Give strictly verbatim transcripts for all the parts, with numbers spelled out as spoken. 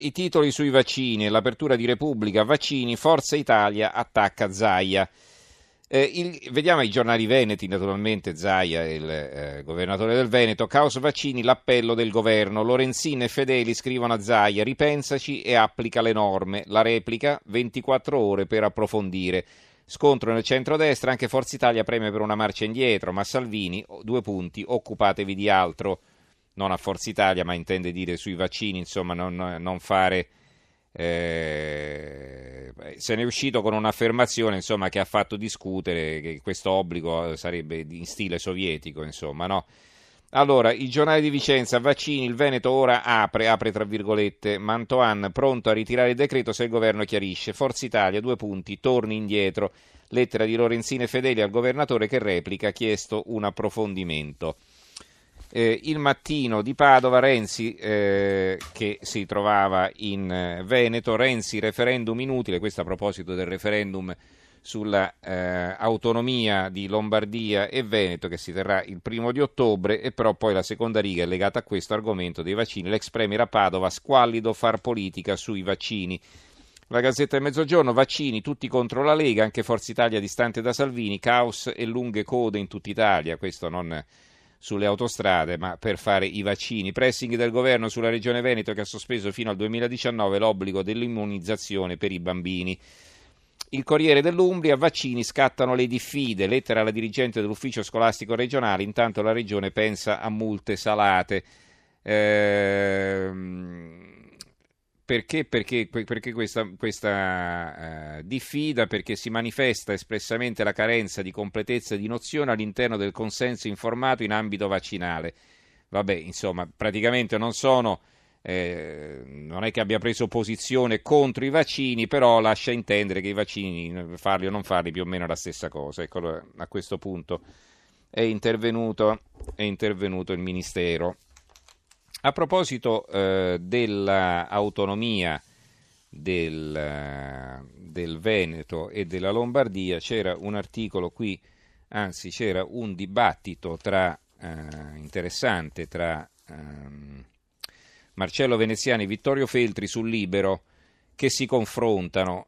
I titoli sui vaccini e l'apertura di Repubblica, vaccini, Forza Italia attacca Zaia. Eh, il, vediamo i giornali veneti, naturalmente Zaia, il eh, governatore del Veneto, caos vaccini, l'appello del governo, Lorenzin e Fedeli scrivono a Zaia, ripensaci e applica le norme, la replica, ventiquattro ore per approfondire. Scontro nel centrodestra, anche Forza Italia preme per una marcia indietro, ma Salvini, due punti, occupatevi di altro. Non a Forza Italia, ma intende dire sui vaccini, insomma, non, non fare... Eh, se ne è uscito con un'affermazione, insomma, che ha fatto discutere che questo obbligo sarebbe in stile sovietico, insomma, no? Allora, il giornale di Vicenza, vaccini, il Veneto ora apre, apre tra virgolette, Mantoan pronto a ritirare il decreto se il governo chiarisce, Forza Italia, due punti, torni indietro, lettera di Lorenzin e Fedeli al governatore che replica, ha chiesto un approfondimento. Eh, il Mattino di Padova, Renzi eh, che si trovava in eh, Veneto, Renzi referendum inutile, questo a proposito del referendum sulla eh, autonomia di Lombardia e Veneto che si terrà il primo di ottobre, e però poi la seconda riga è legata a questo argomento dei vaccini, l'ex premier a Padova, squallido far politica sui vaccini. La Gazzetta del Mezzogiorno, vaccini, tutti contro la Lega, anche Forza Italia distante da Salvini, caos e lunghe code in tutta Italia, questo non sulle autostrade, ma per fare i vaccini. Pressing del governo sulla Regione Veneto che ha sospeso fino al duemiladiciannove l'obbligo dell'immunizzazione per i bambini. Il Corriere dell'Umbria, vaccini, scattano le diffide, lettera alla dirigente dell'ufficio scolastico regionale, intanto la Regione pensa a multe salate. Ehm... Perché? Perché, perché questa, questa uh, diffida? Perché si manifesta espressamente la carenza di completezza di nozione all'interno del consenso informato in ambito vaccinale. Vabbè, insomma, praticamente non sono, eh, non è che abbia preso posizione contro i vaccini, però lascia intendere che i vaccini, farli o non farli, più o meno è la stessa cosa. Ecco, a questo punto è intervenuto, è intervenuto il Ministero. A proposito eh, dell'autonomia del, eh, del Veneto e della Lombardia, c'era un articolo qui, anzi c'era un dibattito tra, eh, interessante tra ehm, Marcello Veneziani e Vittorio Feltri sul Libero, che si confrontano.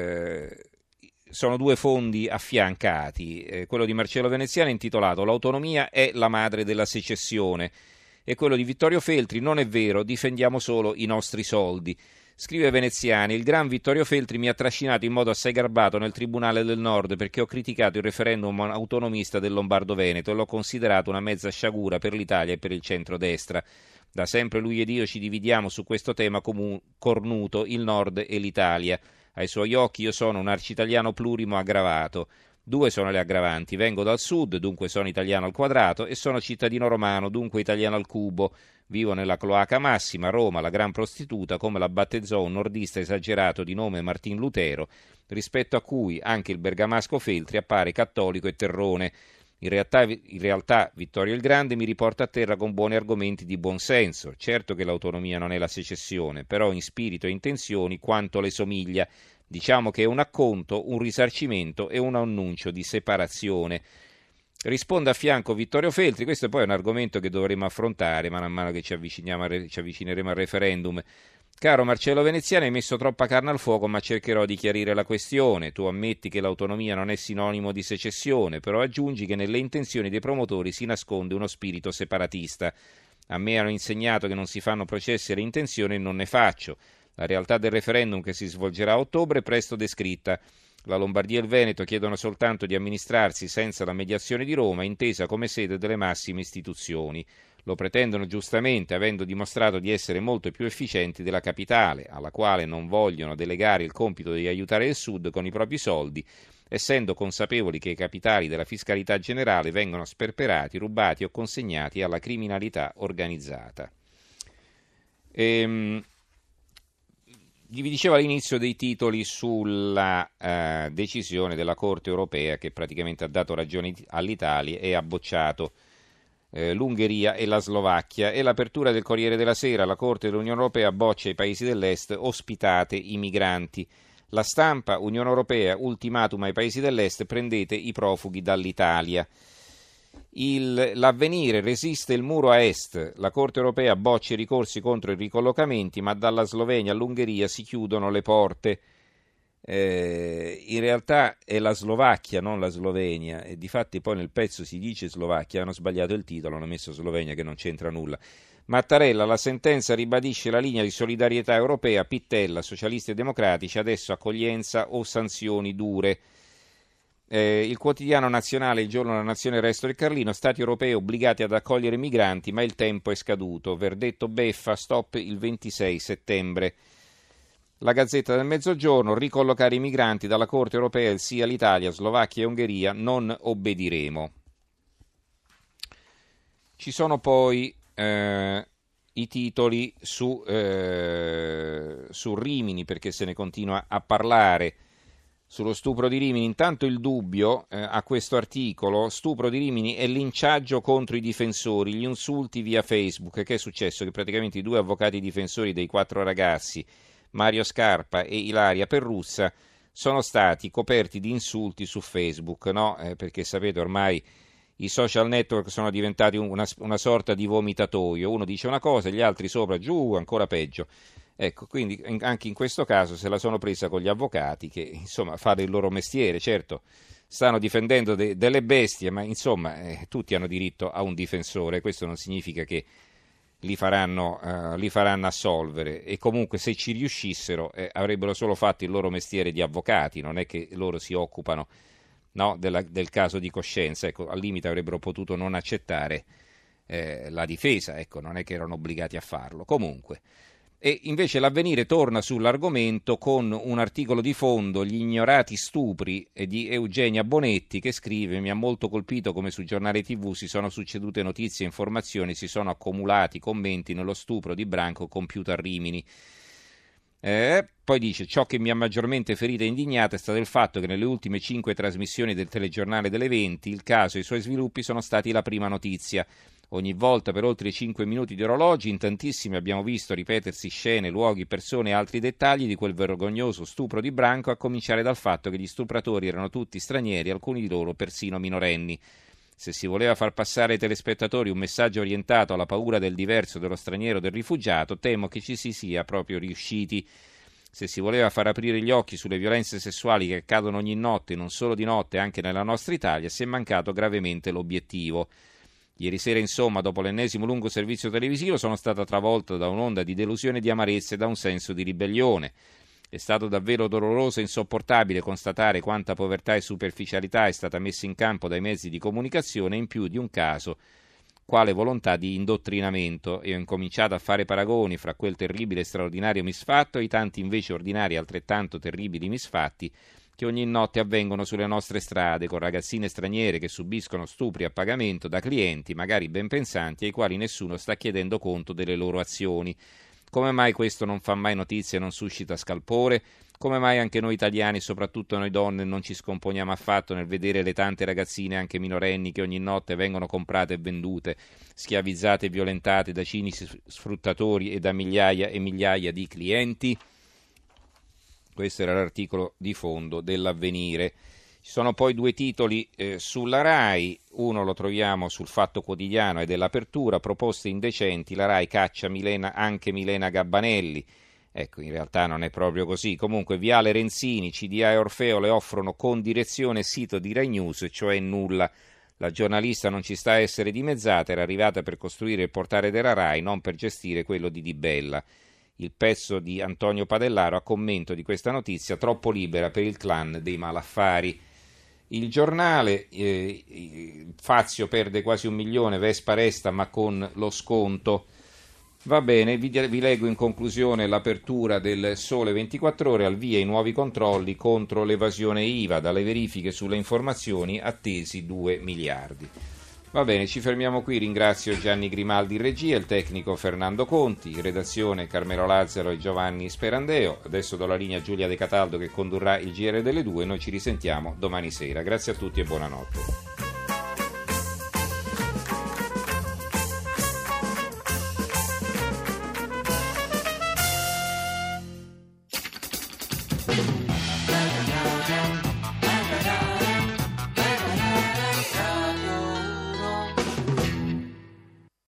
Eh, sono due fondi affiancati. Eh, quello di Marcello Veneziani è intitolato «L'autonomia è la madre della secessione», e quello di Vittorio Feltri, non è vero, difendiamo solo i nostri soldi. Scrive Veneziani, il gran Vittorio Feltri mi ha trascinato in modo assai garbato nel Tribunale del Nord perché ho criticato il referendum autonomista del Lombardo-Veneto e l'ho considerato una mezza sciagura per l'Italia e per il centrodestra. Da sempre lui ed io ci dividiamo su questo tema comun- cornuto, il Nord e l'Italia. Ai suoi occhi io sono un arcitaliano plurimo aggravato. Due sono le aggravanti, vengo dal sud, dunque sono italiano al quadrato, e sono cittadino romano, dunque italiano al cubo. Vivo nella cloaca massima, Roma, la gran prostituta, come la battezzò un nordista esagerato di nome Martin Lutero, rispetto a cui anche il bergamasco Feltri appare cattolico e terrone. In realtà, in realtà Vittorio il Grande mi riporta a terra con buoni argomenti di buonsenso. Certo che l'autonomia non è la secessione, però in spirito e intenzioni quanto le somiglia. Diciamo che è un acconto, un risarcimento e un annuncio di separazione. Risponde a fianco Vittorio Feltri, questo poi è un argomento che dovremo affrontare man mano che ci, avviciniamo a, ci avvicineremo al referendum. Caro Marcello Veneziani, hai messo troppa carne al fuoco, ma cercherò di chiarire la questione. Tu ammetti che l'autonomia non è sinonimo di secessione, però aggiungi che nelle intenzioni dei promotori si nasconde uno spirito separatista. A me hanno insegnato che non si fanno processi alle intenzioni e non ne faccio. La realtà del referendum che si svolgerà a ottobre è presto descritta. La Lombardia e il Veneto chiedono soltanto di amministrarsi senza la mediazione di Roma, intesa come sede delle massime istituzioni. Lo pretendono giustamente, avendo dimostrato di essere molto più efficienti della capitale, alla quale non vogliono delegare il compito di aiutare il Sud con i propri soldi, essendo consapevoli che i capitali della fiscalità generale vengono sperperati, rubati o consegnati alla criminalità organizzata. Ehm... Vi dicevo all'inizio dei titoli sulla eh, decisione della Corte europea che praticamente ha dato ragione all'Italia e ha bocciato eh, l'Ungheria e la Slovacchia, e l'apertura del Corriere della Sera, la Corte dell'Unione Europea boccia i paesi dell'Est, ospitate i migranti. La Stampa, Unione Europea, ultimatum ai paesi dell'Est, prendete i profughi dall'Italia. Il, l'Avvenire, resiste il muro a est, la Corte europea boccia i ricorsi contro i ricollocamenti, ma dalla Slovenia all'Ungheria si chiudono le porte. Eh, in realtà è la Slovacchia, non la Slovenia, e difatti poi nel pezzo si dice Slovacchia, hanno sbagliato il titolo, hanno messo Slovenia che non c'entra nulla. Mattarella, la sentenza ribadisce la linea di solidarietà europea, Pittella, socialisti e democratici, adesso accoglienza o sanzioni dure. Eh, il quotidiano nazionale, il giorno della nazione, il resto del Carlino, stati europei obbligati ad accogliere migranti, ma il tempo è scaduto, verdetto beffa, stop il ventisei settembre. La Gazzetta del Mezzogiorno, ricollocare i migranti dalla Corte europea, il sì all'Italia, Slovacchia e Ungheria, non obbediremo. Ci sono poi eh, i titoli su, eh, su Rimini, perché se ne continua a parlare. Sullo stupro di Rimini, intanto il dubbio eh, a questo articolo, stupro di Rimini e linciaggio contro i difensori, gli insulti via Facebook. Che è successo? Che praticamente i due avvocati difensori dei quattro ragazzi, Mario Scarpa e Ilaria Perrussa, sono stati coperti di insulti su Facebook, no? Eh, perché sapete ormai i social network sono diventati una, una sorta di vomitatoio, uno dice una cosa, gli altri sopra, giù, ancora peggio. Ecco, quindi anche in questo caso se la sono presa con gli avvocati che, insomma, fanno il loro mestiere, certo, stanno difendendo de- delle bestie, ma insomma eh, tutti hanno diritto a un difensore, questo non significa che li faranno, uh, li faranno assolvere, e comunque se ci riuscissero eh, avrebbero solo fatto il loro mestiere di avvocati, non è che loro si occupano, no, della, del caso di coscienza, ecco, al limite avrebbero potuto non accettare eh, la difesa, ecco, non è che erano obbligati a farlo, comunque. E invece l'Avvenire torna sull'argomento con un articolo di fondo, Gli ignorati stupri, di Eugenia Bonetti, che scrive: mi ha molto colpito come su Giornale tivù si sono succedute notizie e informazioni, si sono accumulati commenti nello stupro di Branco compiuto a Rimini. Eh, poi dice: ciò che mi ha maggiormente ferita e indignata è stato il fatto che nelle ultime cinque trasmissioni del telegiornale delle venti il caso e i suoi sviluppi sono stati la prima notizia. Ogni volta per oltre cinque minuti di orologi, in tantissimi abbiamo visto ripetersi scene, luoghi, persone e altri dettagli di quel vergognoso stupro di Branco, a cominciare dal fatto che gli stupratori erano tutti stranieri, alcuni di loro persino minorenni. Se si voleva far passare ai telespettatori un messaggio orientato alla paura del diverso, dello straniero, del rifugiato, temo che ci si sia proprio riusciti. Se si voleva far aprire gli occhi sulle violenze sessuali che accadono ogni notte, non solo di notte, anche nella nostra Italia, si è mancato gravemente l'obiettivo. Ieri sera, insomma, dopo l'ennesimo lungo servizio televisivo, sono stata travolta da un'onda di delusione e di amarezza e da un senso di ribellione. È stato davvero doloroso e insopportabile constatare quanta povertà e superficialità è stata messa in campo dai mezzi di comunicazione, in più di un caso quale volontà di indottrinamento, e ho incominciato a fare paragoni fra quel terribile e straordinario misfatto e i tanti invece ordinari e altrettanto terribili misfatti che ogni notte avvengono sulle nostre strade, con ragazzine straniere che subiscono stupri a pagamento da clienti, magari ben pensanti, ai quali nessuno sta chiedendo conto delle loro azioni. Come mai questo non fa mai notizia e non suscita scalpore? Come mai anche noi italiani, soprattutto noi donne, non ci scomponiamo affatto nel vedere le tante ragazzine, anche minorenni, che ogni notte vengono comprate e vendute, schiavizzate e violentate da cinici sfruttatori e da migliaia e migliaia di clienti? Questo era l'articolo di fondo dell'Avvenire. Ci sono poi due titoli eh, sulla RAI, uno lo troviamo sul Fatto Quotidiano e dell'Apertura, proposte indecenti, la RAI caccia Milena, anche Milena Gabbanelli. Ecco, in realtà non è proprio così. Comunque, Viale Renzini, C D A e Orfeo le offrono con direzione sito di Rai News, cioè nulla. La giornalista non ci sta a essere dimezzata, era arrivata per costruire il portale della RAI, non per gestire quello di Di Bella. Il pezzo di Antonio Padellaro a commento di questa notizia, troppo libera per il clan dei malaffari. Il Giornale, eh, Fazio perde quasi un milione, Vespa resta ma con lo sconto. Va bene, vi, vi leggo in conclusione l'apertura del Sole ventiquattro Ore, al via i nuovi controlli contro l'evasione I V A, dalle verifiche sulle informazioni attesi due miliardi. Va bene, ci fermiamo qui, ringrazio Gianni Grimaldi in regia, il tecnico Fernando Conti, in redazione Carmelo Lazzaro e Giovanni Sperandeo. Adesso do la linea a Giulia De Cataldo che condurrà il G R delle due, noi ci risentiamo domani sera. Grazie a tutti e buonanotte.